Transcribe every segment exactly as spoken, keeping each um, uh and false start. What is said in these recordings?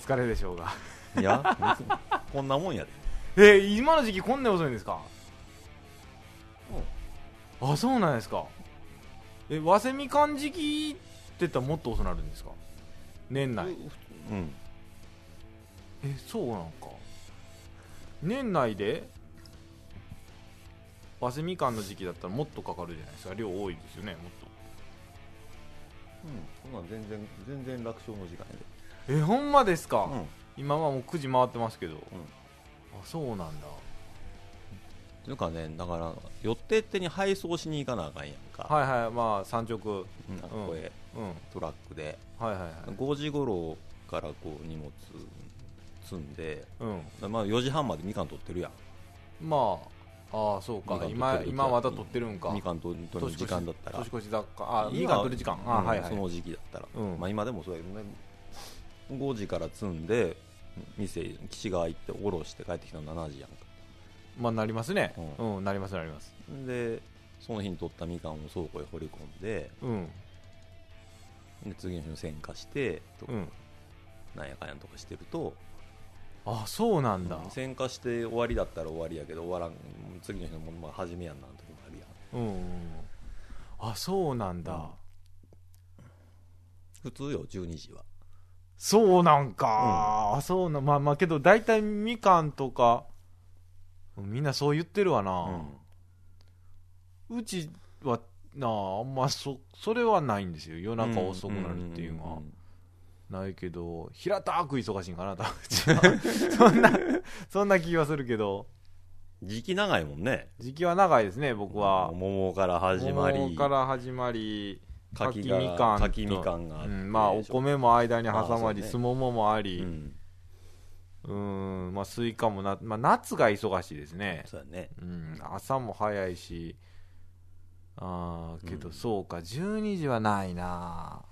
疲れでしょうが。 いやこんなもんやで。 えー、今の時期こんな遅いんですか？あ、そうなんですか。え、早生みかん時期って言ったらもっと遅なるんですか？年内。 うん。 え、そうなんか。年内で早生みかんの時期だったらもっとかかるじゃないですか。量多いですよね、もっうん、そんなん全然全然楽勝の時間やと。え、ほんまですか？ で。うん。 今はもうくじ回ってますけど。 うん。 あ、そうなんだ。 というかね、だから予定手に配送しに行かなあかんやんか。 はいはい、まあ産直。うん、 うん、これうん、 トラックではいはいはい。 ごじ頃からこう荷物積んで、 うん。 まあよじはんまでみかん取ってるやん。 まあ、ああ、そうか。 みかん取って今、 る今まだ取ってるんか。 みかん取る時間だったら。 年越し雑貨。あ、 今みかん取る時間。あ、 うん、 はいはい。 その時期だったら。 うん、 まあ今でもそうやけどね。ごじから積んで、店、岸川行って下ろして帰ってきたのしちじやんか。 まあなりますね。 ううん、なりますなります。 で、その日に取ったみかんを倉庫へ掘り込んで、 うん、 で次の日の選果してとか、 うん。 なんやかんやとかしてると、 あ、そうなんだ。 選果して終わりだったら終わりやけど終わらん、次の日のものまあ始めやんなんてことあるやん。 うん、うん。あ、そうなんだ。 うん普通よ、じゅうにじは。 そうなんか。あ、そうな、まあまあけど大体みかんとか、みんなそう言ってるわな。うちはなあ、あんまそ、それはないんですよ。夜中遅くなるっていうのは。ないけど、平たく忙しいんかな、多分。そんな、そんな気はするけど。 時期長いもんね。 時期は長いですね、僕は。 桃から始まり、 桃から始まり、 柿柿みかんと、 柿みかんがあって、 うん、まあお米も間に挟まり、 ああすもももあり、 うん、 うーん、まあスイカもな、まあ夏が忙しいですね。 そうやね。 うん、朝も早いし、ああ、けどうんそうか、じゅうにじはないな。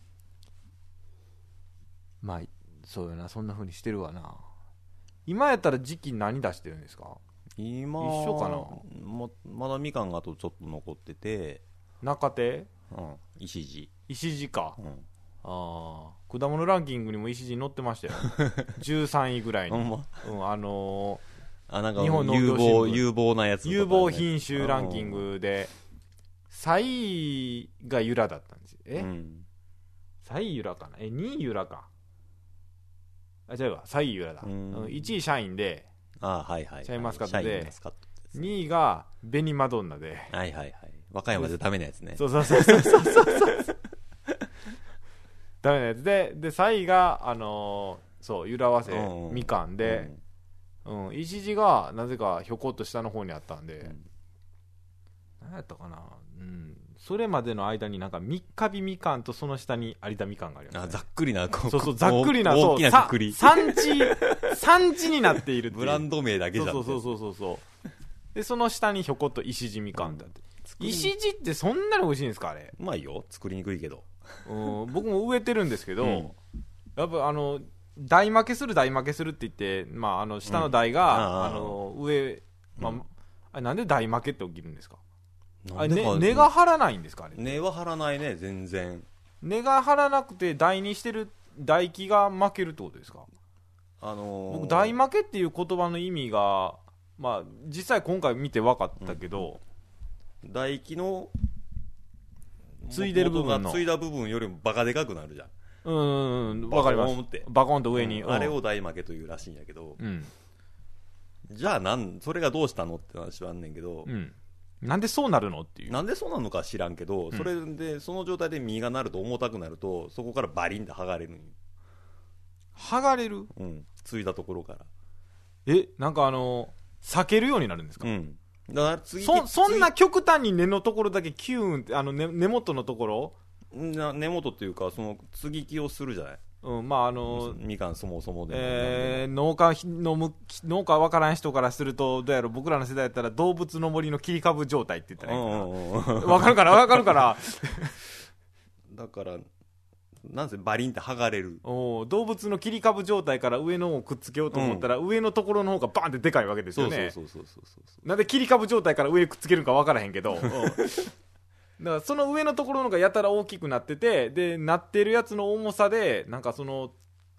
まあ、そうよな、そんな風にしてるわな。今やったら時期何出してるんですか？ 今一緒かな。 もまだみかんがあとちょっと残ってて、 中手うん、石地、 石地か。 うん、 ああ、果物ランキングにも石地載ってましたよ。じゅうさんいぐらいに。 ほんま、 うん、あのあ、なんか日本農有業新聞望有望なやつとー、 かね、 有望品種ランキングで、さんいがユラだったんですよ。え、 うん、 さんいユラかな。え、にいユラか。あ、違うわ、さんいユラだ。 うん、 うん、いちいシャインで、 あ、はいはい、 シャインマスカットでシャインマスカットですね、 にいがベニマドンナで。 はいはいはい、和歌山じゃダメなやつね。 そうそうそうそうそうそうそうダメなやつで、でさんいがあのー、そうゆらわせうんうん、 みかんで、うん、石地がなぜかひょこっと下の方にあったんで、 うん、 何やったかな、うん、それまでの間になんか三日日みかんとその下に有田みかんがあります、ね、 あ、ざっくりな、こそうそうざっくりな、 大きなくくり、 産地産地になっているっていうブランド名だけじゃん。 そうそうそうそうそうでその下にひょこっと石地みかんだって、うん、石地ってそんなに美味しいんですか？あれうまいよ、作りにくいけど。 うん、僕も植えてるんですけど、 うん、 やっぱあの台負けする台負けするって言って、まあ、あの下の台が、うん、あの上、まあ、うん、あれなんで台負けって起きるんですか？あれ、ね、根が張らないんですか？あれ根は張らないね、全然。 根が張らなくて台にしてる台木が負けるってことですか？ あのー、 僕台負けっていう言葉の意味が、まあ、実際今回見て分かったけど、 うん、台木のついでる部分のついだ部分よりもバカでかくなるじゃん。 うんうんうん、分かります。バコンと上に、 うん、あれを台負けというらしいんやけど、 うん、 じゃあなんそれがどうしたのって話はあんねんけど、 うん、なんでそうなるのっていう。 なんでそうなのか知らんけど、 うん、 それでその状態で実がなると重たくなるとそこからバリンと剥がれるんよ。 剥がれる？ うん、ついだところから。 え、なんかあの裂けるようになるんですか？ うん。だから次そ, そんな極端に根のところだけキューンってあの 根, 根元のところな根元っていうかその接ぎ木をするじゃない、 うん、まああのみかんそもそもで、 えー、農家の農家分からん人からするとどうやろう、僕らの世代だったら動物の森の切り株状態って言ったらいいかな、分かるかな分かるからだからなんせバリンって剥がれる。 お動物の切り株状態から上のをくっつけようと思ったら、うん、上のところの方がバンってでかいわけですよね。 そうそうそうそうそうそう。 なんで切り株状態から上くっつけるか分からへんけどだからその上のところのがやたら大きくなってて、でなってるやつの重さでなんかその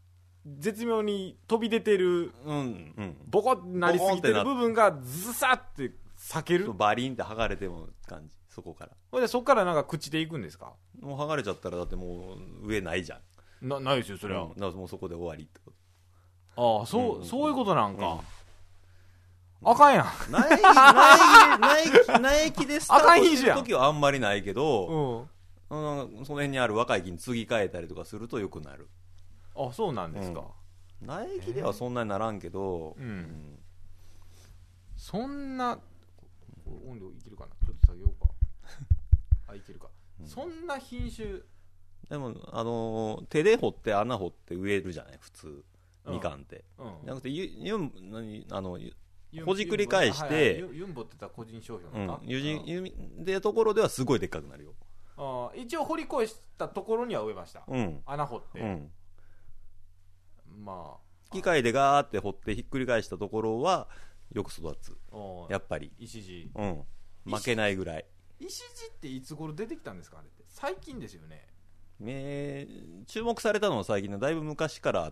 絶妙に飛び出てる、 うんうんボコってなりすぎてる部分がズサって裂ける。 バリンって剥がれても感じ、そこから。 ほいでそこからなんか朽ちていくんですか？ もう剥がれちゃったらだってもう上ないじゃん。 なないですよそれは、 うん、だからもうそこで終わりってこああそう、 うん、 そういうことなんか、うん、あかんやん。 苗木苗木苗木でスタートするときはあんまりないけど、うん、その辺にある若い木に継ぎ替えたりとかするとよくなる。 あ、そうなんですか。 うん、苗木ではそんなにならんけど、 えーうんうん、そんな音量いけるかな、ちょっと下げようかあ、いけるか、うん、そんな品種でも、あのー、手で掘って穴掘って植えるじゃない普通、うん、みかんって、うん、じゃなくてゆゆ何あのほじくり返して、はいはい、 ユンボって言ったら個人商標なんか、 うん、ゆじゆでところではすごいでっかくなるよ。 あ、一応掘り越したところには植えました、うん、穴掘って、うん、まあ機械でガーって掘ってひっくり返したところはよく育つ、やっぱり石地、 うん、負けないぐらい。 石地っていつ頃出てきたんですか？あれって最近ですよね。 えー、注目されたのは最近のだいぶ昔からあって、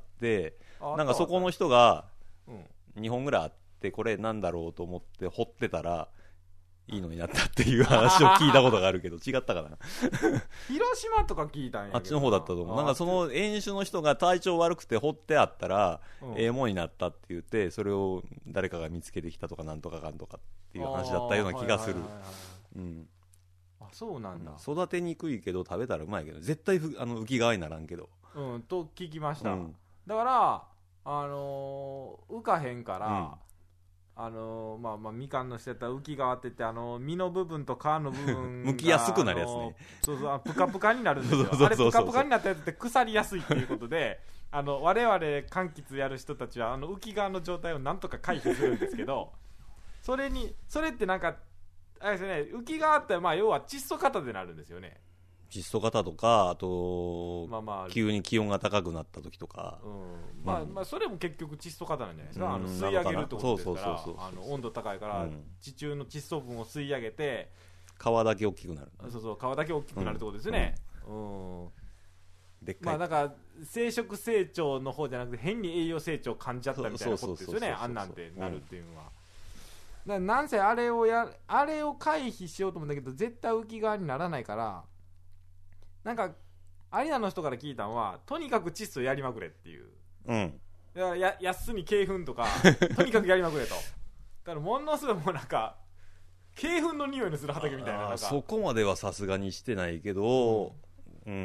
なんかそこの人がにほんぐらいあってこれなんだろうと思って掘ってたらいいのになったっていう話を聞いたことがあるけど違ったかな広島とか聞いたんやけど、 あっちの方だったと思う。なんかその園主の人が体調悪くて掘ってあったら、うん、ええもんになったって言ってそれを誰かが見つけてきたとかなんとかかんとかっていう話だったような気がする。 あ、そうなんだ。 育てにくいけど食べたらうまいけど絶対あの浮き側にならんけど、 うんと聞きました、うん、だからあのー、浮かへんから、うん、あのー、まあまあみかんのしてた浮き側って言ってあのー、実の部分と皮の部分が剥きやすくなるやつね。 そうそう、プカプカになるんですよあれプカプカになったやつって腐りやすいっていうことであの我々柑橘やる人たちはあの浮き側の状態をなんとか回避するんですけどそれにそれってなんかあれですね、浮きがあったらまあ要は窒素型でなるんですよね。 窒素型とかあと、まあまあ、急に気温が高くなった時とか、 うん、まあまあそれも結局窒素型なんじゃないですか、うん、あの吸い上げるってことですから温度高いから、うん、地中の窒素分を吸い上げて皮だけ大きくなる、 そうそう皮だけ大きくなるってことですね、うんうん、でっかい、まあなんか生殖成長の方じゃなくて変に栄養成長を感じちゃったみたいなことですよね、あんなんてなるっていうのは、うん、だなんせあれをやあれを回避しようと思うんだけど絶対浮き側にならないからなんかアリナの人から聞いたのはとにかく窒素やりまくれっていう、うん、だからや安に鶏粉とかとにかくやりまくれとだからものすごいもうなんか鶏粉の匂いのする畑みたいな、 なんかそこまではさすがにしてないけど、うん、うん、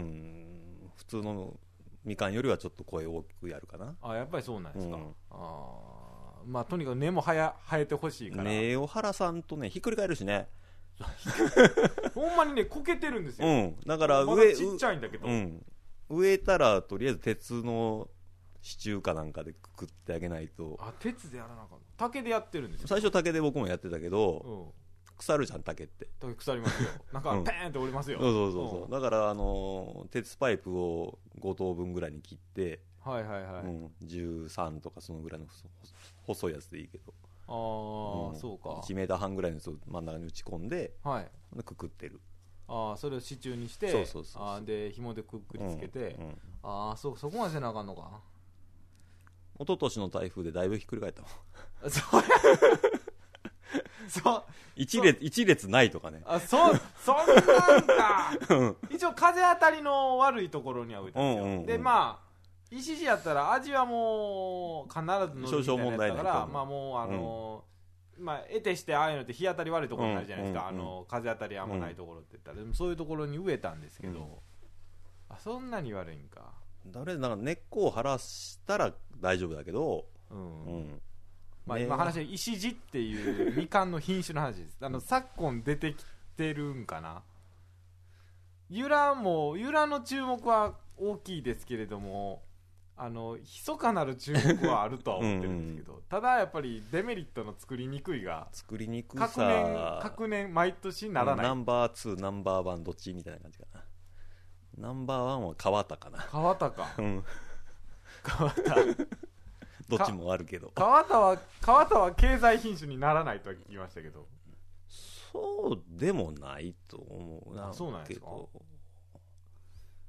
普通のみかんよりはちょっと声大きくやるかな。 あ、やっぱりそうなんですか、うん、あ、まあとにかく根も生え、生えてほしいから根を張らさんとねひっくり返るしねほんまにねこけてるんですよ、 うん、だから上、 まだちっちゃいんだけど、 うん、植えたらとりあえず鉄の支柱かなんかでくくってあげないと。 あ、鉄でやらなかった。竹でやってるんですよ。 最初竹で僕もやってたけど、うん、腐るじゃん竹って。 竹腐りますよ。なんかペーンって折れますよ、 うん、そうそうそうそう、うん、だからあのー、鉄パイプをご等分ぐらいに切って、はいはいはい、うん、じゅうさんとかそのぐらいの細いやつでいいけど、 ああ、うん、そうか、 いちメーター半ぐらいのやつを真ん中に打ち込んで、はい、くくってる。 ああ、それを支柱にして、そうそうそうそう、あで紐でくくりつけて、うんうん、ああ、そそこまでせなあかんのか。 一昨年の台風でだいぶひっくり返ったもんそうやそう一列一列ないとかね。 あ、そう、そんなんか一応風当たりの悪いところには置いたんですよ、うんうんうん、でまあ石地やったら味はもう必ず乗るみたいなやつだから、まあもうあのーうん、まあ得てしてああいうのって日当たり悪いところになるじゃないですか、うんうんうん、あの風当たりあんまないところって言ったら、でもそういうところに植えたんですけど、うん、あ、そんなに悪いんか。 誰なんか根っこを張らしたら大丈夫だけど、うんうん、 まあ、今話は石地っていうみかんの品種の話です。あの昨今出てきてるんかな。由良も由良の注目は大きいですけれども、あの密かなる注目はあるとは思ってるんですけどうん、うん、ただやっぱりデメリットの作りにくいが作りにくさ各年各年毎年ならない、 ナンバーツーナンバーワンどっちみたいな感じかな。ナンバーワンは川田かな。 川田か、うん、川田どっちもあるけど、 川田は川田は経済品種にならないとは聞きましたけど、 そうでもないと思うな。 あ、そうなんですか。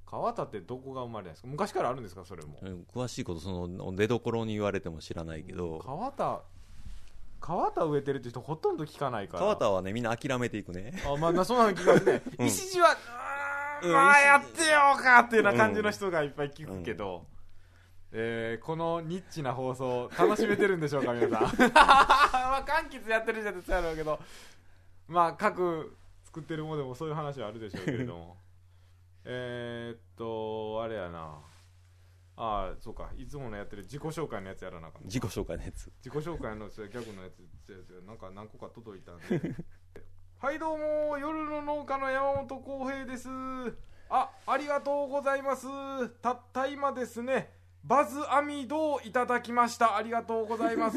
川田ってどこが生まれなんですか？昔からあるんですか？それも詳しいことその出どころに言われても知らないけど、 川田川田植えてるって人ほとんど聞かないから。 川田はねみんな諦めていくね。 あ、まあそうなの聞かないね、うん、石地はうーん、まあやってようかっていうような感じの人がいっぱい聞くけど、うん、えー、このニッチな放送楽しめてるんでしょうか皆さん。まあ柑橘やってる人は絶対あるけど、まあ各作ってるものでもそういう話はあるでしょうけれども。えーっとあれやなあ、そうか、いつものやってる自己紹介のやつやらなあかん。 自己紹介のやつ自己紹介のギャグのやつなんか何個か届いたんで。はいどうも、夜の農家の山本浩平です。あ、ありがとうございます。たった今ですねバズアミドをいただきました。ありがとうございます。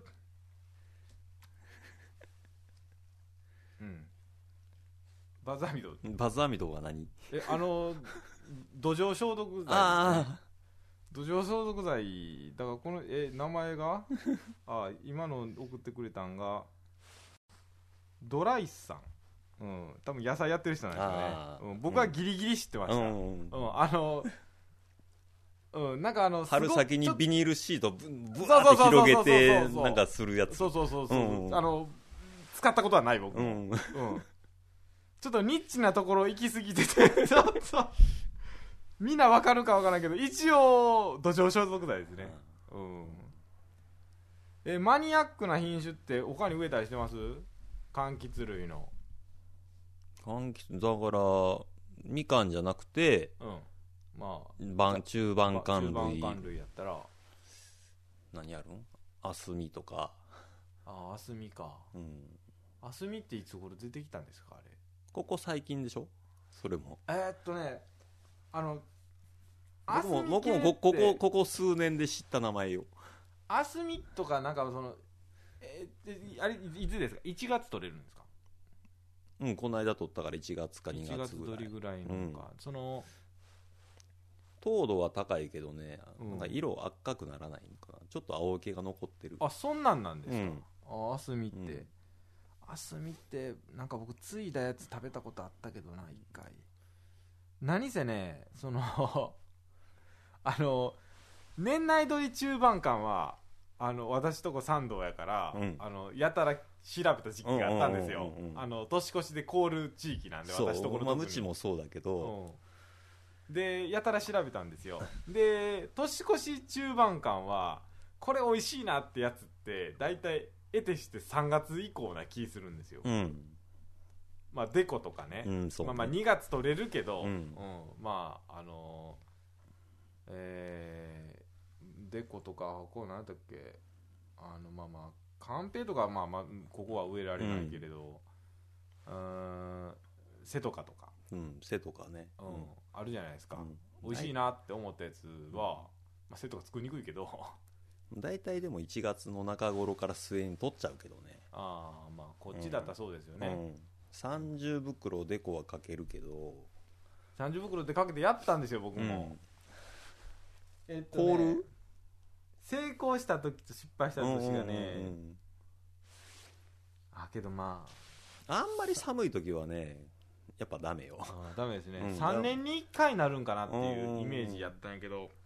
うん、バズアミドバズアミドは何？ え、あの土壌消毒剤、ね、 あ土壌消毒剤だからこのえ名前があ今の送ってくれたんがドライスさん、うん、多分野菜やってる人なんですよね、うん、僕はギリギリ知ってました、うんうんうん、あのうん、なんかあの春先にビニールシートぶぶわって広げてなんかするやつ。 そうそうそうそう、うんうん、あの使ったことはない僕も、うんうん、ちょっとニッチなところ行き過ぎててちょっとみんな分かるか分からんけど一応土壌消毒剤ですね、うん、えマニアックな品種って他に植えたりしてます？柑橘類の。 柑橘だからみかんじゃなくて、うん、まあ中盤柑類、 中盤柑類やったら何やるん？アスミとか。 ああ、アスミか、うん、アスミっていつ頃出てきたんですか？あれここ最近でしょ？それもえー、っとねあの僕も僕もこここここ数年で知った名前よ。 アスミとかなんかそのえー、あれいつですか？いちがつ取れるんですか？ うん、この間取ったからいちがつかにがつぐらい。いちがつ取りぐらいのか、うん、その糖度は高いけどね、うん、なんか色赤くならないのかな。ちょっと青毛が残ってる。 あ、そんなんなんですか？うん、あ、アスミって、うん、アスミってなんか僕ついだやつ食べたことあったけどな一回。何せねそのあの年内取り中盤感はあの私とこ山道やから、うん、あのやたら調べた時期があったんですよ。あの年越しで凍る地域なんで私ところまあ、うちもそうだけど、 うん、でやたら調べたんですよ。で年越し中盤感はこれ美味しいなってやつってだいたい得てしてさんがつ以降な気するんですよ、うん、まあデコとかね、うん、まあ、まあにがつ取れるけど、うんうん、まああのー、えー、デコとかこうなんだっけあのまあまあカンペとかまあまあここは植えられないけれど、うん、うーん背とかとか、 うん、背とかね、 うん、あるじゃないですか、うん、美味しいなって思ったやつは、まあ、背とか作りにくいけど大体でもいちがつの中頃から末に取っちゃうけどね。 ああ、まあこっちだったらそうですよね、うんうん、 さんじゅう袋デコはかけるけどさんじゅう袋でかけてやったんですよ僕も、うん、えっとね、 凍る成功した時と失敗した時がね、うんうんうんうん、あけどまああんまり寒い時はねやっぱダメよ。 あダメですね、うん、さんねんにいっかいになるんかなっていうイメージやったんやけど、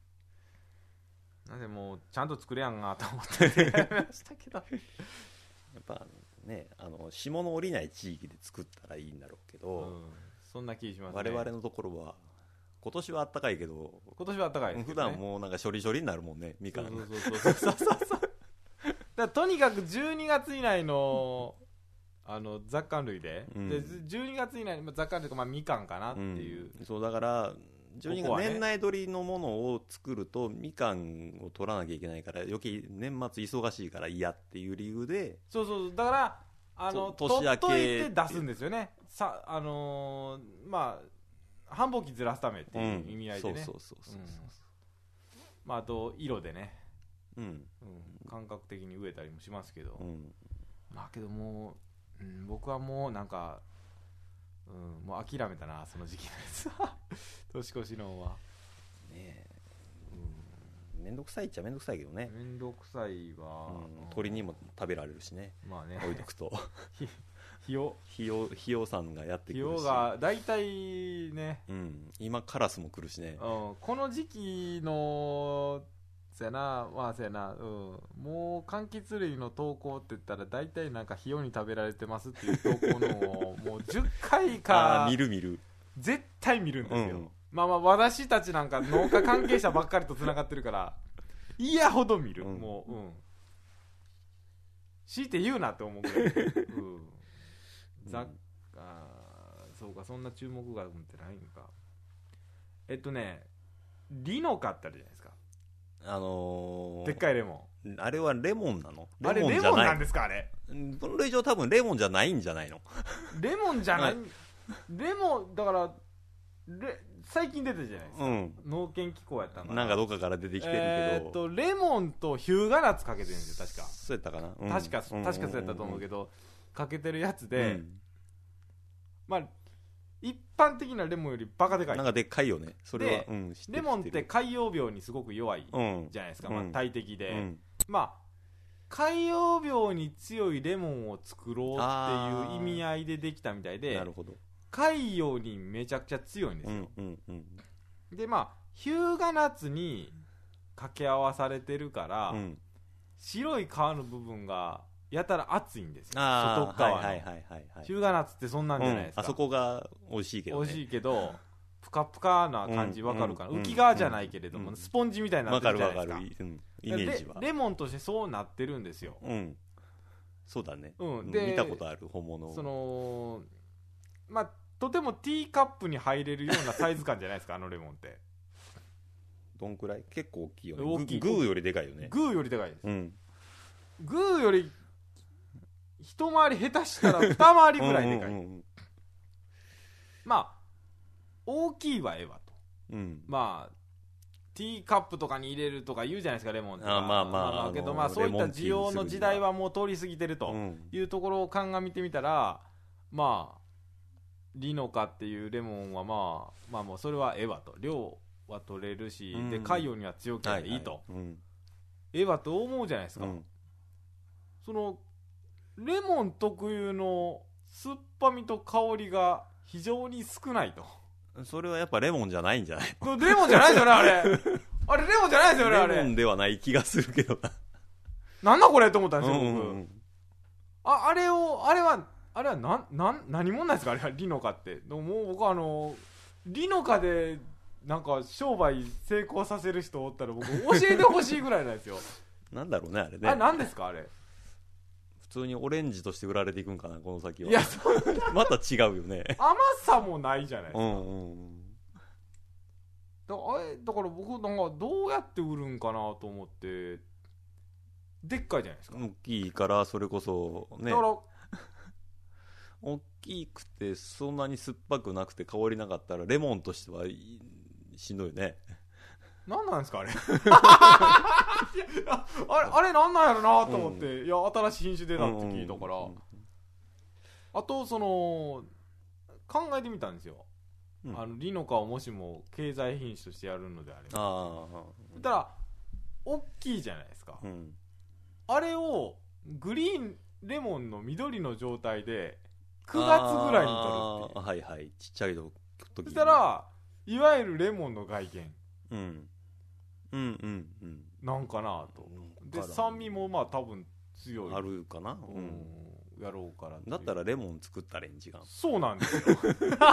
なんでもうちゃんと作れやんなと思ってやりましたけどやっぱねあの霜の降りない地域で作ったらいいんだろうけど、うん、 そんな気しますね。 我々のところは今年はあったかいけど今年はあったかいですけど、ね、 普段もうなんか処理処理になるもんねみかん。 そうそうそうそうそうそうだからとにかくじゅうにがつ以内のあの雑柑類で、うん、でじゅうにがつ以内の雑柑類とかまあみかんかなっていう、 うん、そうだからじゅうにがつ、ね、年内取りのものを作るとみかんを取らなきゃいけないから余計年末忙しいから嫌っていう理由で、 そうそうだからあの年明け取っといて出すんですよね。さあのー、まあ繁忙期ずらすためっていう意味合いでね、 うん、そうそうそうそうそう、うん、 まああと色でね、 うんうん、 感覚的に植えたりもしますけど、うん、まあけどもう、うん、僕はもうなんかうん、もう諦めたなその時期のやつは年越しのはねえ、うん、めんどくさいっちゃめんどくさいけどね。 めんどくさいは、 うん、鳥にも食べられるしね、 まあね置いとくとひよひよひよさんがやってくひるしよが大体ね、 うん、今カラスも来るしね、 うん、この時期のそやな、まあそやな、うん、もう柑橘類の投稿って言ったら大体なんかひよに食べられてますっていう投稿のをもうじゅっかいかあ見る見る絶対見るんですよ、 うん、 まあまあ私たちなんか農家関係者ばっかりとつながってるから嫌ほど見る、 うん、 もう、うん、強いて言うなって思うぐらい、うん、ざあそうか、そんな注目が持ってないんか。えっとねリノカってあるじゃないですか、 あのー、 でっかいレモンあれはレモンなの？ ン。あれレモンなんですか？あれ分類上多分レモンじゃないんじゃないの？ レモンじゃない、レモンだからレ最近出てるじゃないですか、うん、農研機構やったんかな、 なんかどっかから出てきてるけど、 えー、っとレモンとヒューガナッツかけてるんですよ確か。 そうやったかな、うん、 確か、確かそうやったと思うけど、かけてるやつで、うん、まあ一般的なレモンよりバカでかい。 なんかでっかいよねそれは、うん、 レモンって海洋病にすごく弱いじゃないですか、うん、まあ、大敵で、うん、まあ海洋病に強いレモンを作ろうっていう意味合いでできたみたいで、 なるほど、 海洋にめちゃくちゃ強いんですよ、 うんうんうん、 でまあヒューガナッツに掛け合わされてるから、うん、白い皮の部分がやたら熱いんですよ、外側の、はいはいはいはいはい、ヒューガナッツってそんなんじゃないですか、 うん、あそこが美味しいけどね、 美味しいけどプカプカな感じわかるかな、うん、浮き側じゃないけれども、うん、スポンジみたいになってるじゃないですか、 わかるわかる、うん、イメージはレ, レモンとしてそうなってるんですよ、 うん、そうだね、 うん、 で見たことある本物、 そのまあとてもティーカップに入れるようなサイズ感じゃないですかあのレモンってどんくらい？結構大きいよね、 大きい、 グーよりでかいよね、 グーよりでかいです、 うん、 グーより一回り下手したら二回りぐらいでかいうんうん、うん、まあ大きいはええわと、うん、まあティーカップとかに入れるとか言うじゃないですかレモンとか、 あまあまあ、まあ、 けどまあそういった需要の時代はもう通り過ぎてるというところを鑑みてみたら、まあリノカっていうレモンはまあまあもうそれはええわと、量は取れるし、うん、で海洋には強ければいいと、はいはい、うん、ええわと思うじゃないですか、うん、そのレモン特有の酸っぱみと香りが非常に少ないと。 それはやっぱレモンじゃないんじゃないの？ レモンじゃないですよねあれあれレモンじゃないですよねあれ。 レモンではない気がするけどななんだこれと思ったんですよ、うんうんうん、僕ああれをあれはあれはなな何者なんですかあれはリノカって。でももう僕はあのリノカでなんか商売成功させる人おったら僕教えてほしいぐらいなんですよなんだろうねあれね。 あれ何ですかあれ。 普通にオレンジとして売られていくんかなこの先は。 いやそまた違うよね甘さもないじゃないですか、 うんうん、 だからあれだから僕なんかどうやって売るんかなと思って。でっかいじゃないですか。 大きいからそれこそね。 だから大きくてそんなに酸っぱくなくて香りなかったらレモンとしてはしんどいね。 何なんですかあれあ, あれあれ何なんやろなと思って、うん、いや新しい品種出たって聞いたから、うんうんうん、あとその考えてみたんですよ、うん、あのリノカをもしも経済品種としてやるのであれば、 あだから大きいじゃないですか、うん、あれをグリーンレモンの緑の状態でくがつぐらいに取るっていう。 はいはい、ちっちゃい時に。そしたらいわゆるレモンの外見、 うん、うんうんうんなんかなと、うん、で酸味もまあ多分強いあるかな、うんうん、やろうからだったらレモン作ったらいいん違う。 そうなんですよ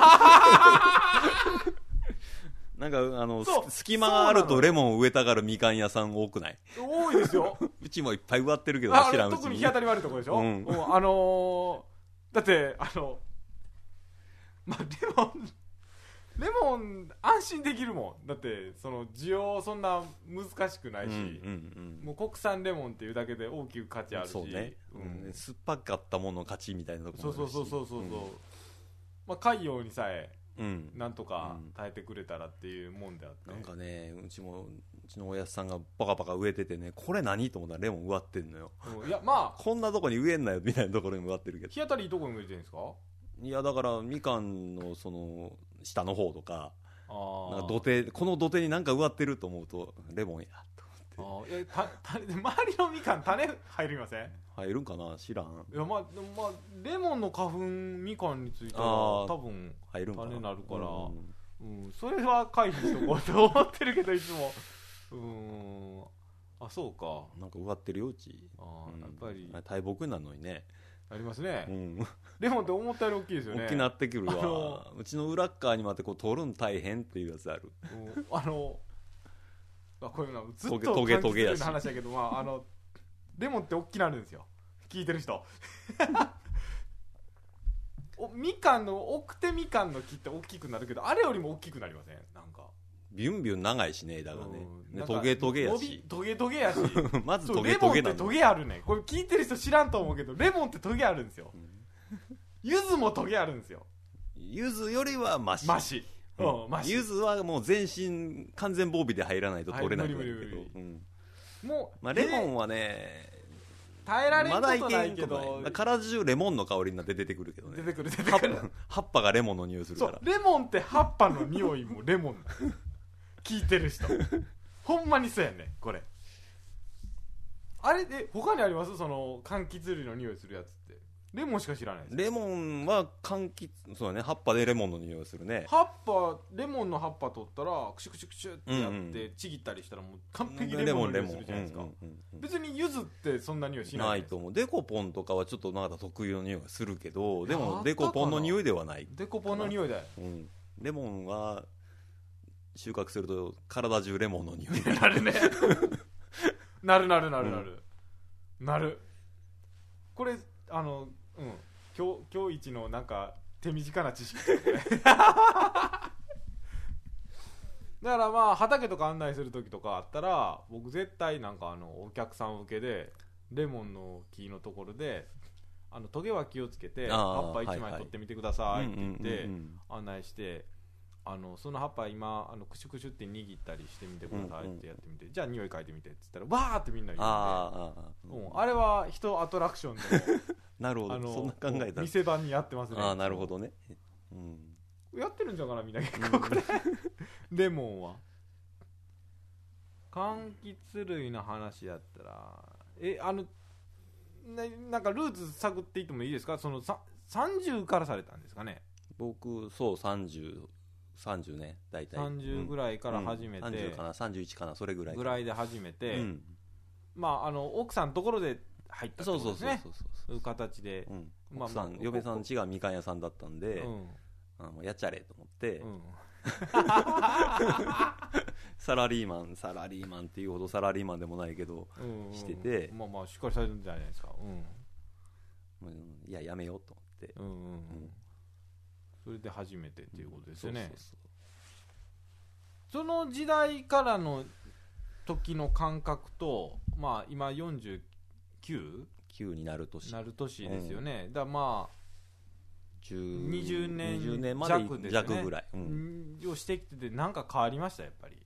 なんかあの隙間があるとレモンを植えたがるみかん屋さん多くない？ 多いですようちもいっぱい植わってるけど知らんうちに。特に日当たり悪いところでしょ、うん、あのー、だってあのまあレモンレモン安心できるもん。だってその需要そんな難しくないし、うんうんうん、もう国産レモンっていうだけで大きく価値あるし、 そうね、うん、酸っぱかったもの勝ちみたいなところもあるし、 そうそうそうそうそう、うん、まあ海洋にさえなんとか耐えてくれたらっていうもんであって、 うん、なんかねうちもうちのおやつさんがバカバカ植えててね、これ何と思ったらレモン植わってんのよ、 うん、いやまあこんなとこに植えんなよみたいなところに植わってるけど、 日当たりいいとこに植えてるんですか？ いやだからみかんのその下の方とか、あなんか土手この土手になんか植わってると思うとレモンやと思って、 あいやたた周りのみかん種入りません？ 入るんかな、知らん。 いや、まあ、でもまあレモンの花粉みかんについては多分入るんかな、 種になるから、 うんうん、それは回避しとこうと思ってるけどいつもうーん、あ、そうか、 なんか植わってるようち。 あ、 うん、 やっぱり大木なのにね。 ありますね、 うん、 レモンって思ったより大きいですよね。 大きなってくるわ。うちの裏っ側にまでこう取るん大変っていうやつある。 うん、あのあ、こういうのずっとトゲトゲやし柑橘類の話だけど、まあ、あのレモンって大きなるんですよ、聞いてる人おみかんの奥手みかんの木って大きくなるけど、あれよりも大きくなりません？なんかビュンビュン長いしね、枝がね。 うんね、トゲトゲや伸びし。 トゲトゲやしまずトゲレモントゲなの。 ってトゲあるね。これ聞いてる人知らんと思うけど、レモンってトゲあるんですよ。柚子もトゲあるんですよ。 柚子よりはマシ。 マシ。 うんうん、マシ。 柚子はもう全身完全防備で入らないと取れないんだけど、 はい無理無理無理うん、 もう、 まあ、レモンはね、 耐えられんこまだいとないけけんことない。 ど、 体中レモンの香りになって出てくるけどね。 出てくる出て葉っくる。 ぱ葉っぱがレモンの匂いするから。 そう、レモンって葉っぱの匂いもレモン聞いてる人ほんまにそうやねこれ。あれで他にあります？その柑橘類の匂いするやつって。レモンしか知らないです。 レモンは柑橘、そうだね、葉っぱでレモンの匂いするね。 葉っぱ、レモンの葉っぱ取ったらクシュクシュクシュってやって、 うんうん、 ちぎったりしたらもう完璧レモンの匂いするじゃないですか。別に柚子ってそんな匂いしない。 ないと思う。デコポンとかはちょっとなんか特有の匂いがするけど、でもデコポンの匂いではない。 デコポンの匂いだよ、 うん、レモンは収穫すると体中レモンの匂いになるねなるなるなるなる、うん、なる。これあのうん今日今日一のなんか手短な知識だからまあ畑とか案内する時とかあったら、僕絶対なんかあのお客さん受けでレモンの木のところで、あのトゲは気をつけて葉っぱいちまい取ってみてくださいって言って案内して、あのその葉っぱ今あのクシュクシュって握ったりしてみてくださいってやってみて、うんうん、じゃあ匂い嗅いでみてって言ったらわーってみんな言うんで、あー、うん、あれは人アトラクションでなるほど、あのそんな考えた店番にやってますね。 ああ、なるほどね、うん、 やってるんじゃうかなみんな結構これレモンは柑橘類の話やったら、えあのな, なんかルーツ探っていってもいいですか？そのささんじゅうからされたんですかね。 僕そうさんじゅう、さんじゅうね、大体さんじゅうぐらいから始めて、うん、 さんじゅうかな、さんじゅういちかな、それぐらいぐらいで始めて、 うん、 まああの奥さんのところで入ったってことですね。 そうそうそうそうそういう形で、 うん、 まあ、 奥さん、まあ、嫁さん家がみかん屋さんだったんで、うん、あもうやっちゃれと思って、うん、サラリーマンサラリーマンっていうほどサラリーマンでもないけど、うんうん、してて、 まあまあしっかりされてるんじゃないですか、 うん、いややめようと思って、うんうんうん、 それで初めてっていうことですよね。そうそうそう、その時代からの時の感覚と、まあ今よんじゅうきゅう? きゅうになる年なる年ですよね、うん、だからまあにじゅうねん弱ですね、弱ぐらい、 うん、をしてきてて、なんか変わりました？やっぱり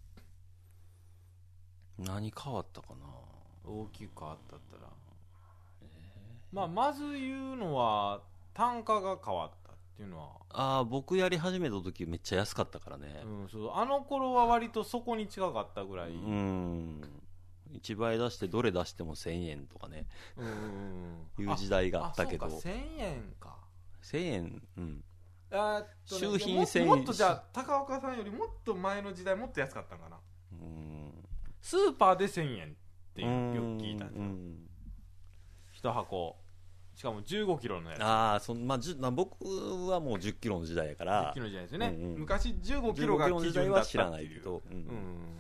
何変わったかな。 大きく変わったったら、えーまあ、まず言うのは単価が変わったっていうのは、 ああ僕やり始めた時めっちゃ安かったからね、 うん、そうあの頃は割とそこに近かったぐらい、うん、 いちばい出してどれ出してもせんえんとかね、うんいう時代があったけど、ああそうかせんえんかせんえん、うん、 あと、ね、 周品せんえん、 も, もっとじゃあ高岡さんよりもっと前の時代もっと安かったんかな。うん、スーパーでせんえんっていうよく聞いたんですよ、一箱、しかもじゅうごキロのやつ。 ああそん、まあ、まあ、僕はもうじゅっキロの時代やからじゅっキロの時代ですよね、うんうん、昔じゅうごキロが基準だったっていう。じゅうごキロの時代は知らないけど、うんうん、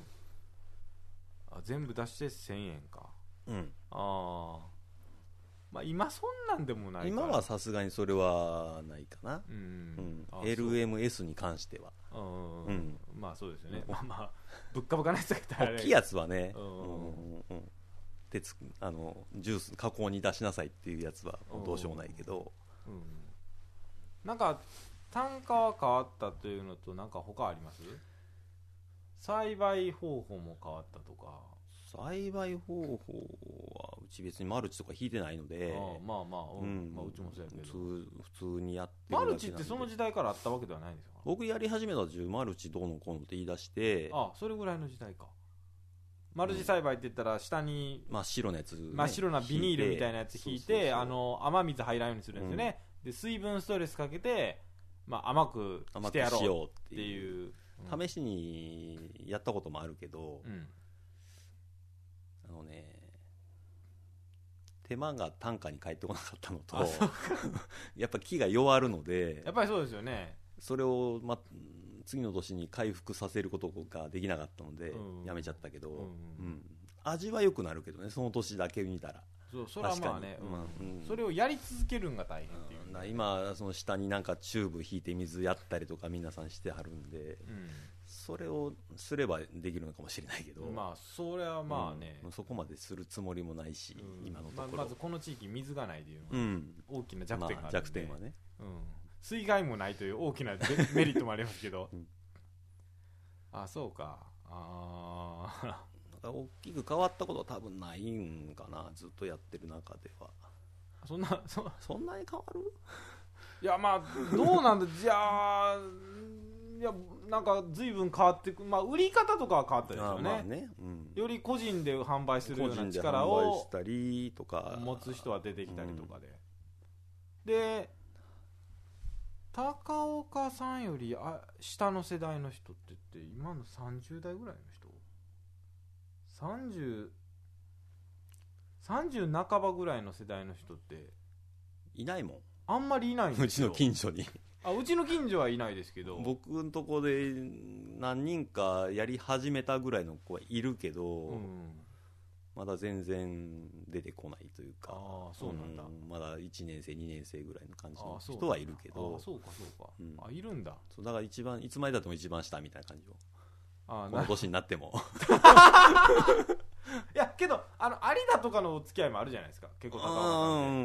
あ全部出してせんえんか、うん、ああまあ、今そんなんでもないから今はさすがにそれはないかな、うんうん、エルエムエス に関しては、うんうん、まあそうですよね、まあまあぶっかぶかなやつだったら大きいやつはね、うんうんうん、鉄あのジュース加工に出しなさいっていうやつはどうしようもないけど、うんうん、 なんか単価は変わったというのと、なんか他あります？栽培方法も変わったとか。 栽培方法はうち別にマルチとか引いてないので、 ああまあまあ、うんうんまあ、うちもそうやけど普通、普通にやってるだけなんで。マルチってその時代からあったわけではないんですか？ 僕やり始めた時マルチどうのこうのって言い出して、 ああそれぐらいの時代か。 マルチ栽培って言ったら下に真っ白なやつ、ね、 真っ白なビニールみたいなやつ引いて、そうそうそう、あの雨水入らんようにするんですよね、うん、で水分ストレスかけて、まあ、甘くしてやろうっていう、 うん、試しにやったこともあるけど、うん、あのね手間が単価に返ってこなかったのとやっぱ木が弱るので、 やっぱりそうですよね。 それを、ま、次の年に回復させることができなかったのでやめちゃったけど、うんうん、味は良くなるけどね、その年だけ見たら。 そう、それはまあね、うんうん、それをやり続けるんが大変っていう、 うん、今その下になんかチューブ引いて水やったりとか皆さんしてはるんで、うん、それをすればできるのかもしれないけど、 まあそれはまあね、 うん、そこまでするつもりもないし、うん、今のところ、 ま, まずこの地域水がないというのが大きな弱点があるんで、まあ、 弱点はね、 うん、水害もないという大きなメリットもありますけど、うん、あ、そうか、あ大きく変わったことは多分ないんかな、ずっとやってる中では。 そんな そ, そんなに変わる？ いや、まあどうなんだじゃあ、いや、なんか随分変わってく、まあ、売り方とかは変わったですよ ね, まあね、うん、 より個人で販売するような力を持つ人は出てきたりとかで、うん、で高岡さんよりあ下の世代の人って言って今のさんじゅう代ぐらいの人、さんじゅう、さんじゅう半ばぐらいの世代の人っていないもん。 あんまりいないんですよ。 うちの近所にあ、うちの近所はいないですけど、 僕のとこで何人かやり始めたぐらいの子はいるけど、うん、まだ全然出てこないというか、 あ、そうなんだ、 うん、まだいちねん生にねん生ぐらいの感じの人はいるけど、 あ、そうかそうか、うん、あ、いるんだ。 そうだから一番いつまでだっても一番下みたいな感じを、あ、この年になってもいやけどあの有田とかのお付き合いもあるじゃないですか、結構高岡さんで、うんうん、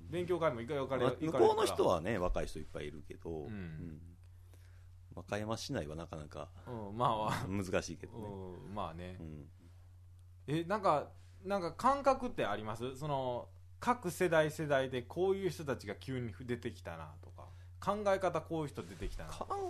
勉強会も行かれ行かれるから、 向こうの人はね若い人いっぱいいるけど、うんうん、和歌山市内はなかなか、うん、まあ難しいけどね、 うん、まあね、うん、えなんかなんか感覚ってあります？その各世代世代でこういう人たちが急に出てきたなとか、考え方こういう人出てきたなとか、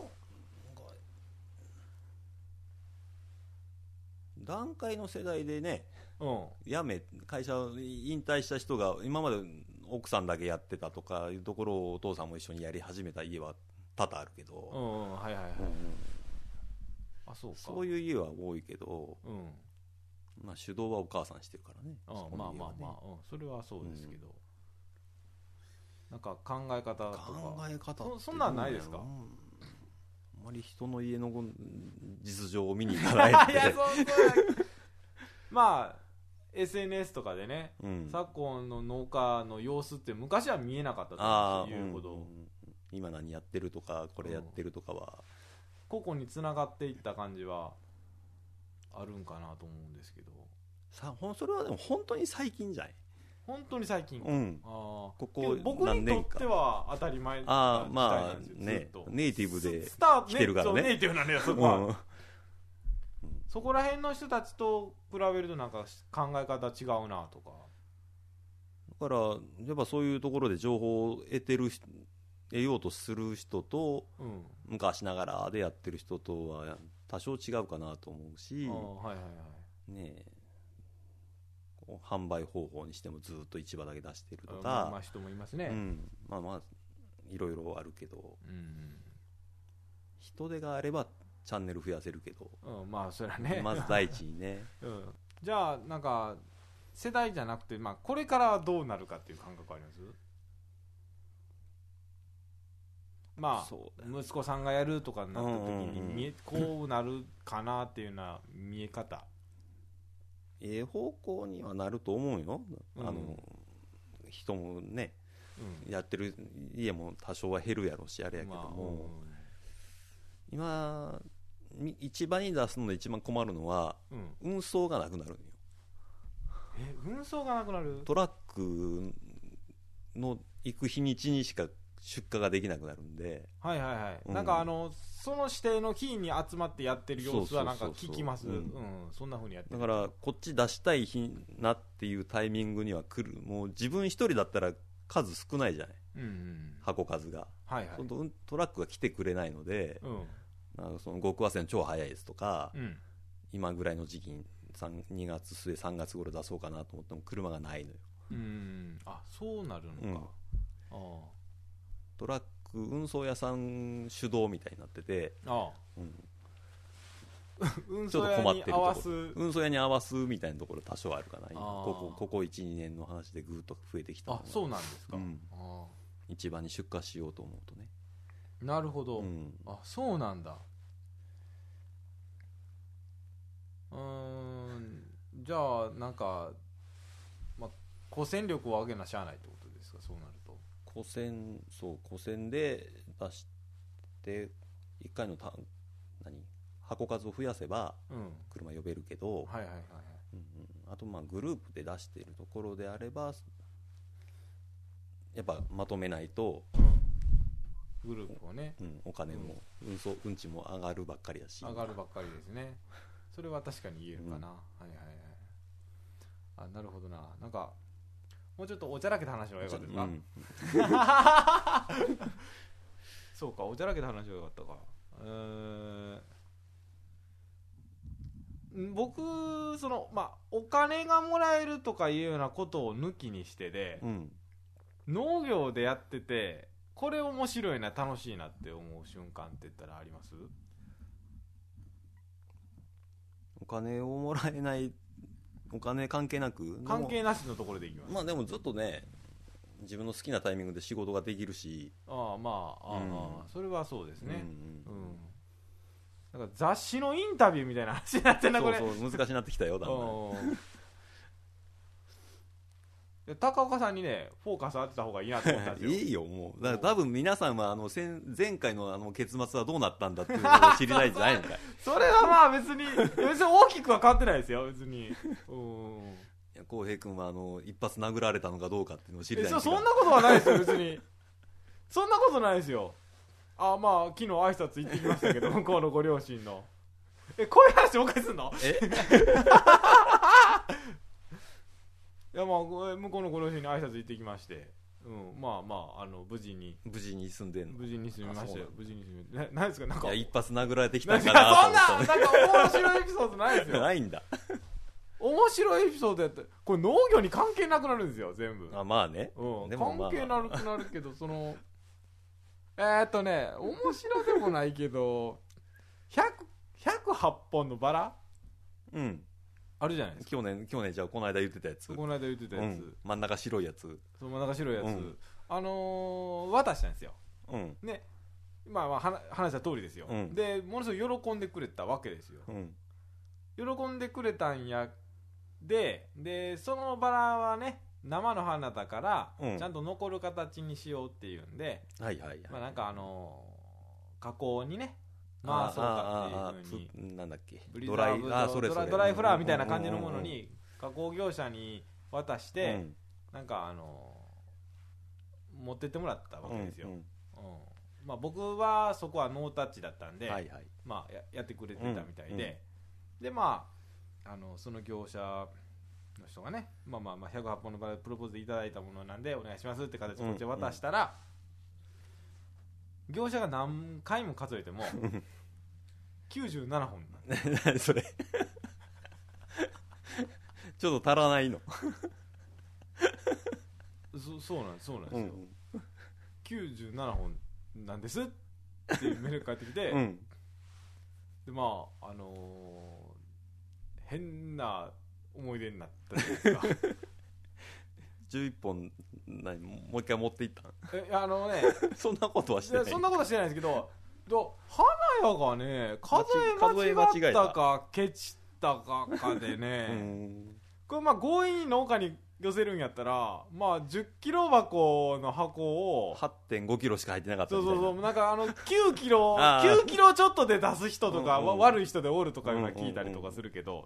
段階の世代でね、 うん、 辞め会社を引退した人が今まで奥さんだけやってたとかいうところをお父さんも一緒にやり始めた家は多々あるけど、 うんうん、はいはいはい、うん、あ、そうか、 そういう家は多いけど、うん、まあ、主導はお母さんしてるからね、 うん、そこの家はね、まあまあまあ、うん、それはそうですけど、うん、なんか考え方とか考え方ってそ, そんなんないですか？ あんまり人の家の実情を見に行かないっていやそうそうまあ エスエヌエス とかでね、うん、昨今の農家の様子って昔は見えなかったというほど、うん、 今何やってるとかこれやってるとかは、うん、 個々に繋がっていった感じはあるんかなと思うんですけど、 さそれはでも本当に最近じゃない？ 本当に最近、 うん、あここ僕にとっては当たり前な時代なんですよ。 あ、まあね、ネイティブで来てるからね。そうネイティブなんだよそこは、うん、そこら辺の人たちと比べるとなんか考え方違うなとか、 だからやっぱそういうところで情報を得てる得ようとする人と、うん、昔ながらでやってる人とは多少違うかなと思うし、あ、はいはいはい、ねえ、販売方法にしてもずっと市場だけ出してるとか、 まあ人もいますね、 うん、まあまあいろいろあるけど、うん、人手があればチャンネル増やせるけど、 うん、まあそれはねまず第一にね、 うん、じゃあなんか世代じゃなくて、まあ、これからどうなるかっていう感覚あります？まあ息子さんがやるとかになった時に見え、うんうんうん、こうなるかなっていうような見え方、 ええ方向にはなると思うよ、うん、あの人もね、うん、やってる家も多少は減るやろしあれやけども、まあうん、今市場に出すので一番困るのは、うん、運送がなくなるんよ。 え運送がなくなる？ トラックの行く日にちにしか出荷ができなくなるんで、 はいはいはい、うん、なんかあのその指定の日に集まってやってる様子はなんか聞きます。そんな風にやってる。 だからこっち出したい日なっていうタイミングには来る。もう自分一人だったら数少ないじゃない、うんうん、箱数が、はいはい、トラックが来てくれないので、うん、なんかその極早生の超早いですとか、うん、今ぐらいの時期ににがつ末さんがつ頃出そうかなと思っても車がないのよ。 うん、あ、そうなるのか、うん、ああトラック運送屋さん主導みたいになってて、 ああ、 うん、 運送屋に合わす運送屋に合わすみたいなところ多少あるかな。ここここ いちにねんの話でぐーっと増えてきたのが。 あ、そうなんですか、うん、 あ市場に出荷しようと思うとね。 なるほど、うん、あ、そうなんだ。うーん、じゃあなんか、まあ、古戦力を上げなしゃあないってことですか、そうなると。 古戦、そう古戦で出していっかいのた何箱数を増やせば車呼べるけど、うん、はいはいはいはい、うんうん、あとまあグループで出しているところであればやっぱまとめないと、 うん、グループをね、 うん、お金も、うん、運送運賃も上がるばっかりだし、 上がるばっかりですね。それは確かに言えるかな、うん、はいはいはい。あ、なるほどな。なんかもうちょっとおちゃらけた話はよかったですか、うん、そうか、おちゃらけた話はよかったか。えー僕その、まあ、お金がもらえるとかいうようなことを抜きにしてで、うん、農業でやっててこれ面白いな楽しいなって思う瞬間って言ったらあります？ お金をもらえない、お金関係なく関係なしのところでいきます。 まあでもずっとね自分の好きなタイミングで仕事ができるし、 ああまあ、ああ、うん、それはそうですね、うんうんうん、なんか雑誌のインタビューみたいな話になってんなこれ。 そうそう難しくなってきたよだんだん高岡さんにねフォーカス当てた方がいいなと思ったんですよ。 いいよもうだから多分皆さんはあの前回のあの結末はどうなったんだっていうのを知りたいんじゃないのかいそれはまあ別に別に大きくは変わってないですよ別に。 うん、浩平君はあの一発殴られたのかどうかっていうのを知りたいんですか。そんなことはないですよ別にそんなことないですよ。あ、まあ昨日挨拶行ってきましたけど向こうのご両親の。え、こういう話もう一回すんの？えいやまあ向こうのご両親に挨拶行ってきまして、うん、まあまああの無事に無事に住んでんの。 無事に住みましたよ。無事に住みな何ですかなんか。 いや一発殴られてきたんかなと思った。 そんななんか面白いエピソードないですよ。ないんだ。 面白いエピソードやったらこれ農業に関係なくなるんですよ全部。 あまあね。 うん。でもまあ、関係なくなるけどそのえーっとね面白でもないけどひゃく、ひゃくはっぽんのバラ。 うん。 あるじゃないですか。 去年去年じゃあこの間言ってたやつ。 この間言ってたやつ、うん、 真ん中白いやつ。 そう真ん中白いやつ、うん、あのー、渡したんですよ。うん。ね、まあまあ話した通りですよ。うん、でものすごい喜んでくれたわけですよ。うん、喜んでくれたんやででそのバラはね生の花だから、うん、ちゃんと残る形にしようっていうんで、はいはいはい、まあなんかあのー、加工にね。まあそうかっていう風になんだっけドライあそれそれドライフラワーみたいな感じのものに加工業者に渡して、うん、なんかあの持ってってもらったわけですよ、うんうんうん、まあ僕はそこはノータッチだったんで、はいはい、まあ や, やってくれてたみたいで、うんうん、でまああのその業者の人がねまあまあまあひゃくはっぽんの場でプロポーズでいただいたものなんでお願いしますって形でこっち渡したら、うんうん業者が何回も数えてもきゅうじゅうななほんなんで何それちょっと足らないのそ, そうなんそうなんですよ、うん、きゅうじゅうななほんなんですっていうメールが返ってきて、うん、でまああのー、変な思い出になったじゃないですかじゅういっぽん何もう一回持っていったんえあのねそんなことはしてないそんなことはしてないんですけどど花屋がね数え間違ったかケチったかかでねこれまあ強引に農家に寄せるんやったらまあじゅっキロ箱の箱をはってんごキロしか入ってなかったみたいな。 そうそうそうなんかあのきゅうキロきゅうキロちょっとで出す人とか、うんうん、悪い人でおるとかいうのは聞いたりとかするけど、うんうんうん、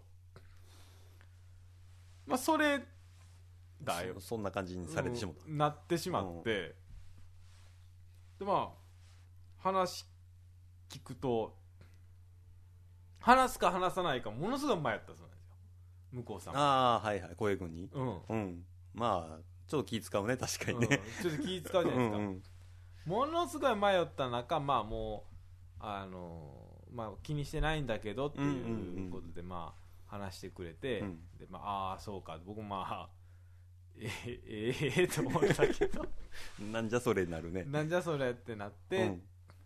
まあそれだよそ, そんな感じにされてしまった、 うん、なってしまって、うん、でまあ話聞くと話すか話さないかものすごい迷ったそうなんですよ向こうさん。 ああはいはい小江君に、うんうん、まあちょっと気使うね確かにね、 うん、ちょっと気使うじゃないですかうん、うん、ものすごい迷った中まあもうあのー、まあ気にしてないんだけどっていうことで、うんうんうん、まあ話してくれて、 うんでまあ、ああそうか僕まあえー、えー、えー、と思ったけどなんじゃそれになるね。 なんじゃそれってなって、うん、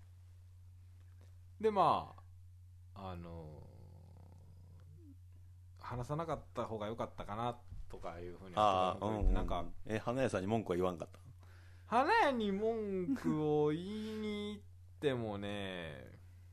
でまああのー、話さなかった方が良かったかなとかいうふうにああ、うんうん、 なんかえ花屋さんに文句は言わんかった？ 花屋に文句を言いに行ってもね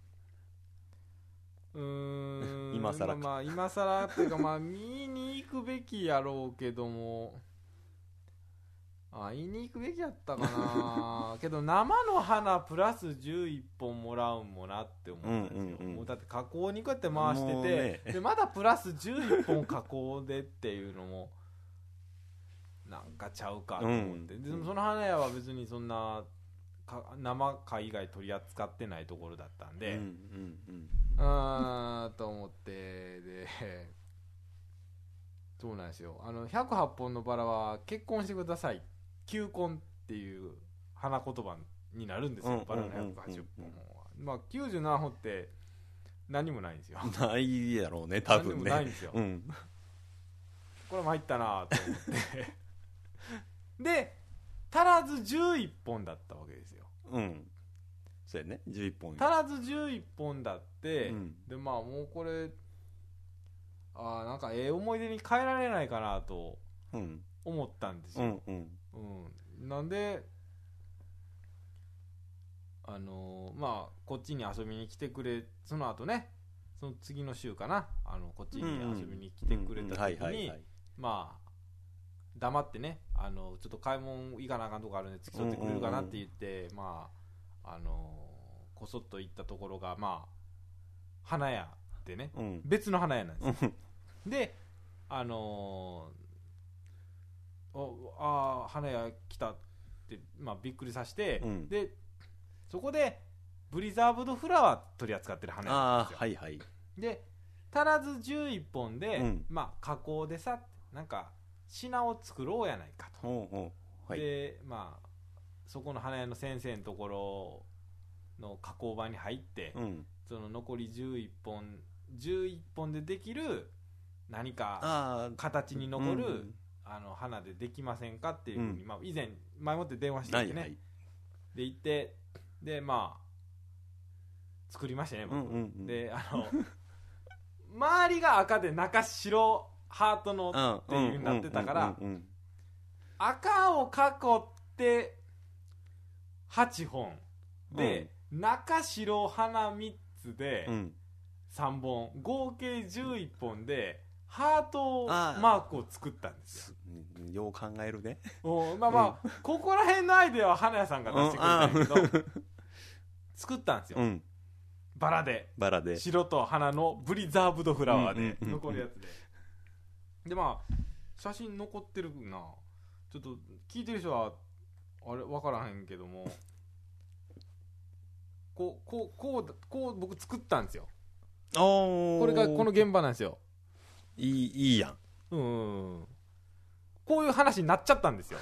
うーん今更か、 まあ今更っていうかまあ見に行くべきやろうけどもあ言いに行くべきやったかなけど生の花プラスじゅういっぽんもらうんもなって思ったんですよ、うんうんうん、もうだって加工にこうやって回してて、ね、でまだプラスじゅういっぽん加工でっていうのもなんかちゃうかと思って、うん、でもその花屋は別にそんなか生花以外取り扱ってないところだったんで、うんうんうん、あーと思ってでそうなんですよあのひゃくはっぽんのバラは結婚してください求婚っていう花言葉になるんですよ、うん、バラのひゃくはちじゅっぽんは、まあ、きゅうじゅうななほんって何もないんですよないやろうね多分ね何もないんですよ、うん、これ参ったなと思ってで足らずじゅういっぽんだったわけですよ。 うんそうやねじゅういっぽん足らずじゅういっぽんだって、うん、でまあもうこれあなんかええ思い出に変えられないかなと思ったんですよ、うんうんうん、なんであのー、まあこっちに遊びに来てくれその後ねその次の週かなあのこっちに遊びに来てくれた時にまあ黙ってねあのちょっと買い物行かなあかんとこあるんで付き添ってくれるかなって言って、うんうんうん、まああのー、こそっと行ったところがまあ花屋でね、うん、別の花屋なんですよであのー、おあ花屋来たって、まあ、びっくりさせて、うん、でそこでブリザーブドフラワー取り扱ってる花屋なんですよ。 あ、はいはい、 で足らずじゅういっぽんで、うん、まあ加工でさなんか品を作ろうやないかと、おうおう、はい、でまあそこの花屋の先生のところの加工場に入って、うん、その残りじゅういっぽんじゅういっぽんでできる何か形に残る、うん、あの花でできませんかっていうふうに、うんまあ、以前前もって電話していてね、はいはい、で行ってでまあ作りましたね僕、うんうんうん、であの周りが赤で中白ハートのっていう風になってたから赤を囲ってはっぽんで、うん、中白花みっつでさんぼん合計じゅういっぽんでハートマークを作ったんですよ。 よう考えるね。 おまあまあ、うん、ここら辺のアイデアは花屋さんが出してくれたんやけど、作ったんですよ、うん、バラでバラで白と花のブリザーブドフラワーで残るやつで、でまあ写真残ってるなちょっと聞いてる人はあれ分からへんけどもこうこうこうこう僕作ったんですよ。これがこの現場なんですよ。 いいいいやん。 うんこういう話になっちゃったんですよ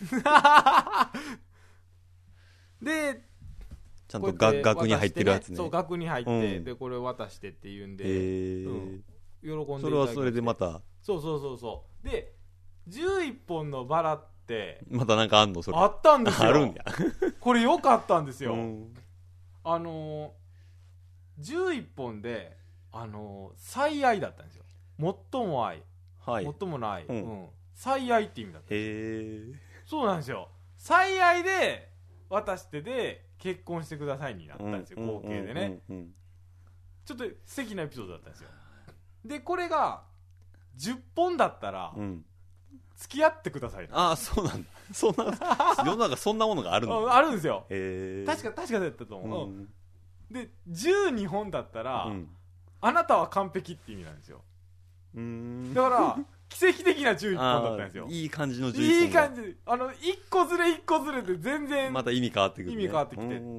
でちゃんと額に入ってるやつね。 そう額に入って、うん、でこれを渡してっていうんで、えーうん、喜んでいただいて。 それはそれでまたそうそうそうそうでじゅういっぽんのバラってまたなんかあんのそれあったんですよ。 あるんやこれ良かったんですよ、うん、あのー、じゅういっぽんであのー、最愛だったんですよ。最も愛、はい、最もの愛、うんうん、最愛って意味だった。へーそうなんですよ。最愛で渡してで結婚してくださいになったんですよ、合計でね、うんうんうんうん、ちょっと素敵なエピソードだったんですよ。でこれがじゅっぽんだったら、うん、付き合ってください。 ああそうなんだ。そんな世の中そんなものがあるのあるんですよ。へ確か確かだったと思う、うん、でじゅうにほんだったら、うん、あなたは完璧って意味なんですよ。うーんだから奇跡的なじゅういっぽんだったんですよ。 いい感じのじゅういっぽん。 いい感じ。あのいっこずれいっこずれで全然また意味変わってくる、ね、 意味変わってきて、うん、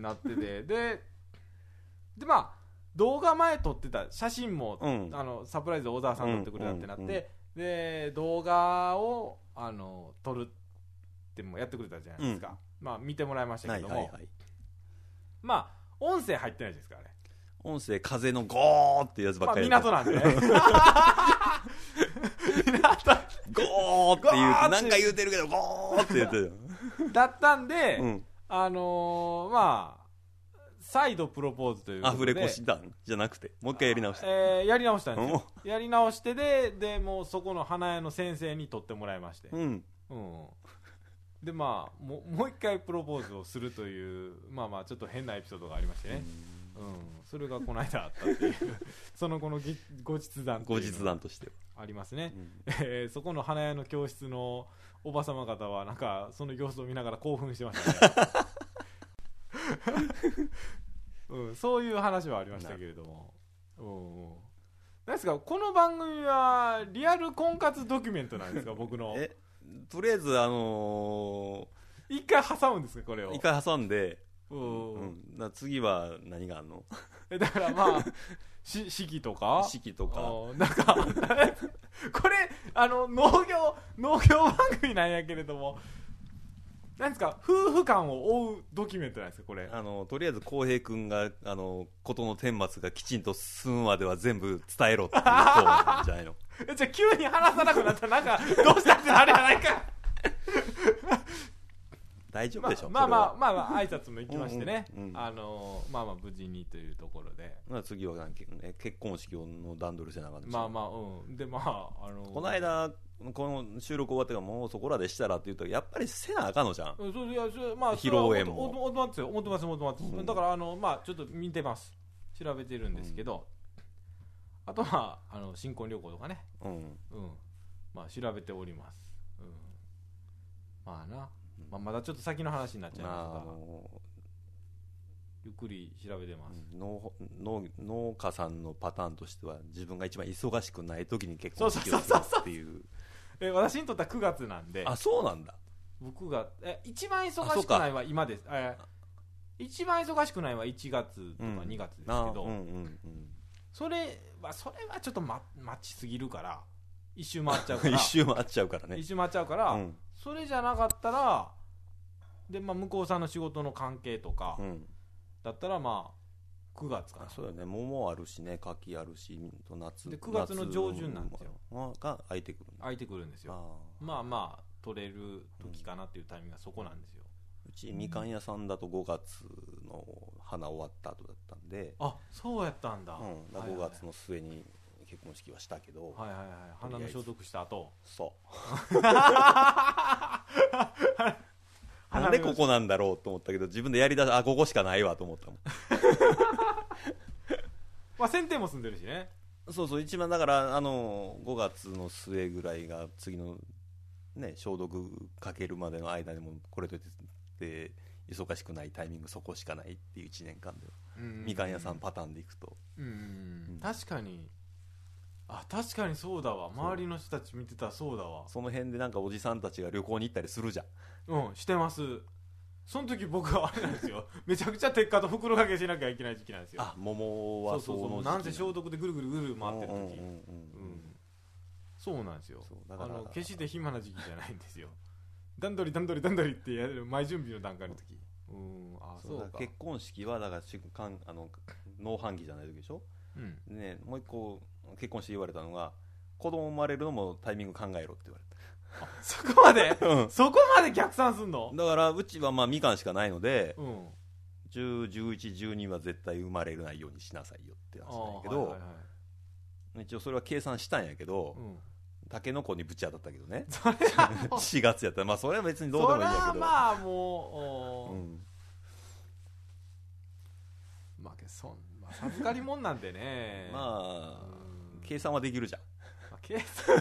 なっててででまあ動画前撮ってた写真も、うん、あのサプライズで小沢さん撮ってくれたってなって、うんうんうん、で動画をあの撮るってもやってくれたじゃないですか、うん、まあ見てもらいましたけども、はいはいはい、まあ音声入ってないじゃないですか。あれ音声風のゴーっていうやつばっかり、 まあ、港なんでねゴーって言うてなんか言うてるけどゴーって言ってるだったんで、 うん、 あのー、まあ再度プロポーズということでアフレコしたんじゃなくてもう一回やり直した、 えー、やり直したんですよやり直してででもうそこの花屋の先生に撮ってもらいまして、 うんうん、でまあももう一回プロポーズをするというまあまあちょっと変なエピソードがありましてね、うん、それがこの間あったっていうその後のぎ後日談後日談としてありますね、 うん、 えー、そこの花屋の教室のおば様方はなんかその様子を見ながら興奮してましたねうん、そういう話はありましたけれども、うんうん、なんですかこの番組はリアル婚活ドキュメントなんですか僕のえとりあえずあのー、一回挟むんですかこれを一回挟んで、 うん、 うん、だ次は何があんのえだからまあし式とか式とかなんかこれあの農業農業番組なんやけれどもなんですか夫婦間を追うドキュメントなんですかこれあのとりあえず浩平君があの事の顛末がきちんと進むまでは全部伝えろっていう方なんじゃないのえじゃあ急に話さなくなったらなんかどうしたってなるやないか大丈夫でしょ、 まあ、まあまあまあまあ挨拶も行きましてね、 うんうんうん、 あのまあまあ無事にというところで、 まあ、次は何、ね、結婚式の段取りせなあかんでしょまあまあうんでまああのこの間この収録終わってからもうそこらでしたらって言ったらやっぱりせなあかんのじゃん、 うん、そういやそまあ披露宴も思ってますよ思ってます思ってます、うん、だからあのまあちょっと見てます調べてるんですけど、うん、あとはあの新婚旅行とかねうん、うん、まあ調べております、うん、まあなまあ、まだちょっと先の話になっちゃいますが、まああのー、ゆっくり調べてます、 うん、農, 農, 農家さんのパターンとしては自分が一番忙しくない時に結婚式をするっていうえ私にとってはくがつなんであそうなんだ僕がえ一番忙しくないは今ですえ一番忙しくないはいちがつとかにがつですけど、うんうんうん、それはそれはちょっと、ま、待ちすぎるから一周回っちゃうから一周回っちゃうからね一周回っちゃうから、うん、それじゃなかったらで、まあ、向こうさんの仕事の関係とか、うん、だったらまあくがつかなそうだね桃あるしね柿あるし夏でくがつの上旬なんですよが空いてくる空いてくるんですよあまあまあ取れる時かなっていうタイミングがそこなんですよ、 うん、うちみかん屋さんだとごがつの花終わった後だったんであそうやったんだ、 うん、だごがつの末に結婚式はしたけどはいはいはい花の消毒した後そうなんでここなんだろうと思ったけど自分でやりだしあここしかないわと思ったもんまあ先手も住んでるしねそうそう一番だからあのごがつの末ぐらいが次のね消毒かけるまでの間にもこれといって忙しくないタイミングそこしかないっていういちねんかんでみかん屋さんパターンでいくとうん、うん、確かにあ確かにそうだわ周りの人たち見てたらそうだわその辺でなんかおじさんたちが旅行に行ったりするじゃんうんしてますその時僕はあれなんですよめちゃくちゃ鉄火と袋掛けしなきゃいけない時期なんですよあ桃はそうそうそうなんせ消毒でぐるぐるぐる回ってる時、うんうんうんうん、そうなんですよだからあの決して暇な時期じゃないんですよ段取り段取り段取りってやる前準備の段階の時うんあそうか結婚式はだからあの農繁期じゃない時でしょ、うんね、もう一個結婚して言われたのが子供生まれるのもタイミング考えろって言われたそこまで、うん、そこまで逆算すんのだからうちはまあみかんしかないので、うん、じゅう、じゅういち、じゅうには絶対生まれないようにしなさいよって話なんやけど、はいはいはい、一応それは計算したんやけど、うん、タケノコにぶち当たったけどねしがつやったらまあそれは別にどうでもいいんやけどそれはまあもう、うん、まあそんな授かりもんなんでねまあ、うん、計算はできるじゃん、まあ、 計算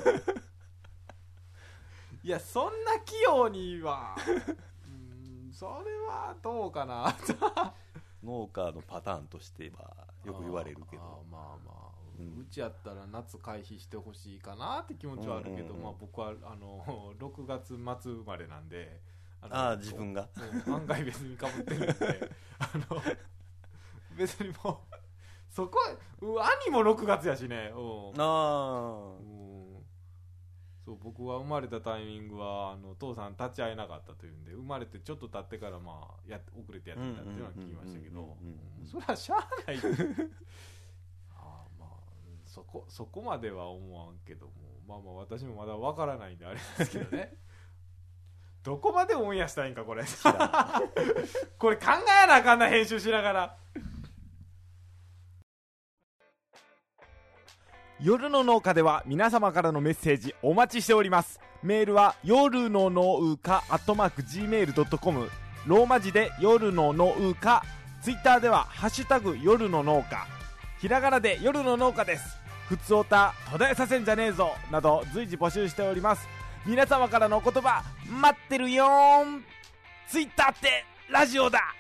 いやそんな器用にはうんそれはどうかな農家のパターンとしてはよく言われるけどああまあまあ、うん、うちやったら夏回避してほしいかなって気持ちはあるけど、うんうんうん、まあ、僕はあのろくがつ末生まれなんでああ自分が、 うん、案外別にかぶってるんであの別にもうそこ兄もろくがつやしね、うん、 ああ、うんそう僕は生まれたタイミングはあの父さん立ち会えなかったというんで、生まれてちょっと経ってからまあや遅れてやってたっていうのは聞きましたけど、それはしゃあないあまあそこそこまでは思わんけども、まあまあ私もまだわからないんであれですけどねどこまでオンエアしたいんかこれこれ考えなあかんな、編集しながら。夜の農家では皆様からのメッセージお待ちしております。メールは夜の農家アットマーク ジーメールドットコム、 ローマ字で夜の農家。ツイッターではハッシュタグ夜の農家、ひらがなで夜の農家です。ふつおた途絶えさせんじゃねえぞなど随時募集しております。皆様からのお言葉待ってるよーん。ツイッターってラジオだ。